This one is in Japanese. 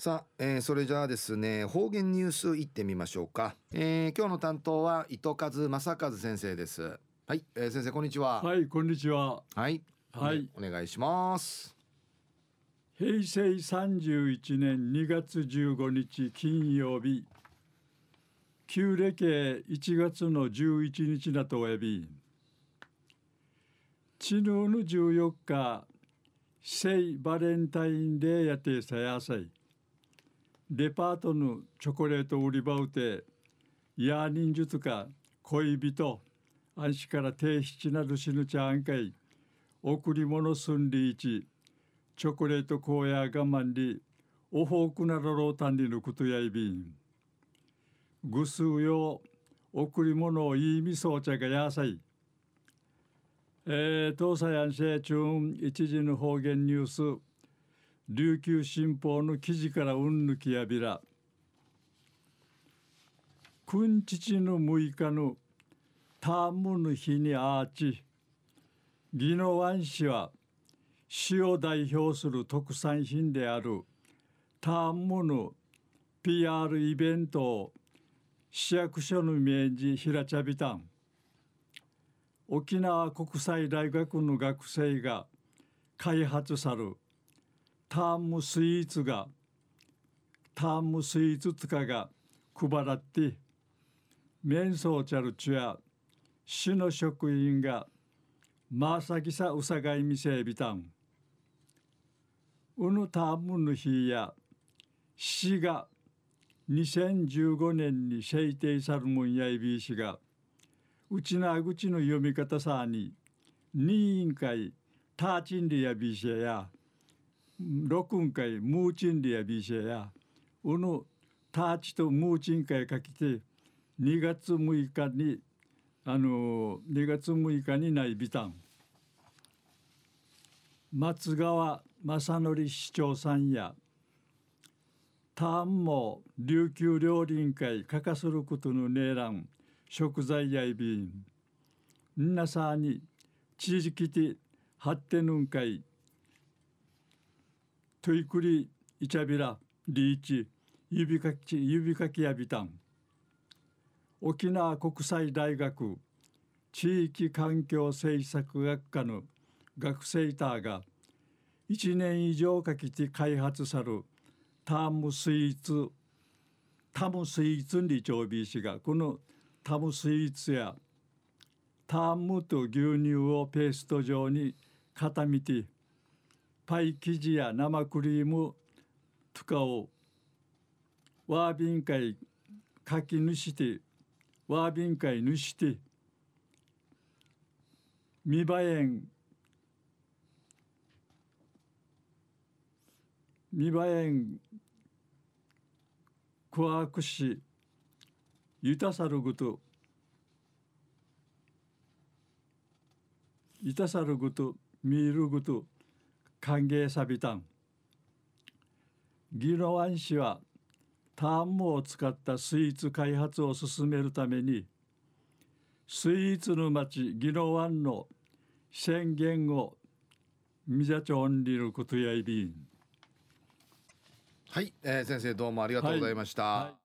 さあ、それじゃあですね、方言ニュースいってみましょうか。今日の担当は糸数正和先生です。はい、先生こんにちは。 はい、こんにちは。 はい、 はい、 お願いします。 平成31年2月15日金曜日、旧暦1月の11日なとおやび、ちぬうぬ14日、聖バレンタインデーやてさやさい、デパートのチョコレート売り場うて、や人術か恋人、安心から提出なるしぬちゃんかい、贈り物すんりいち、チョコレートこうや我慢り、おほうくなろろうたんりのことやいびん。ぐすうよ、贈り物をいいみそうちゃがやさい。東西安政中一時の方言ニュース、琉球新報の記事からうんぬきやびら。くんちちの6日のタームの日にあーち、宜野湾市は、市を代表する特産品であるタームの PR イベントを市役所の明治平茶ビタン沖縄国際大学の学生が開発さるタームスイーツつかが配らって面相ちゃるちや市の職員がまさきさうさがいみせびたんうぬタームの日や市が2015年に制定さるもんやいびいしがうちなぐちの読み方さに2委員会ターチンリやびいしや6委員会ムーチンリやびいしやうぬターチとムーチン会かけて2月6日に2月6日にないびたん松川正則市長さんやターンも琉球料理委員会かかすることのねえらん食材やいびんんなさに地域的発展運会といくりいちゃびらリーチ指かきやびたん沖縄国際大学地域環境政策学科の学生たーが1年以上かけて開発されるタムスイーツに常備しがこのタムスイーツやタムと牛乳をペースト状に固めてパイ生地や生クリームとかをワービン会かきぬしてワービン会ぬして見栄えクワークしゆたさるぐと見るぐと歓迎さびたん宜野湾市はターンを使ったスイーツ開発を進めるためにスイーツの町宜野湾の宣言をみざちょんりることやいびん。 はい、先生どうもありがとうございました。 はいはい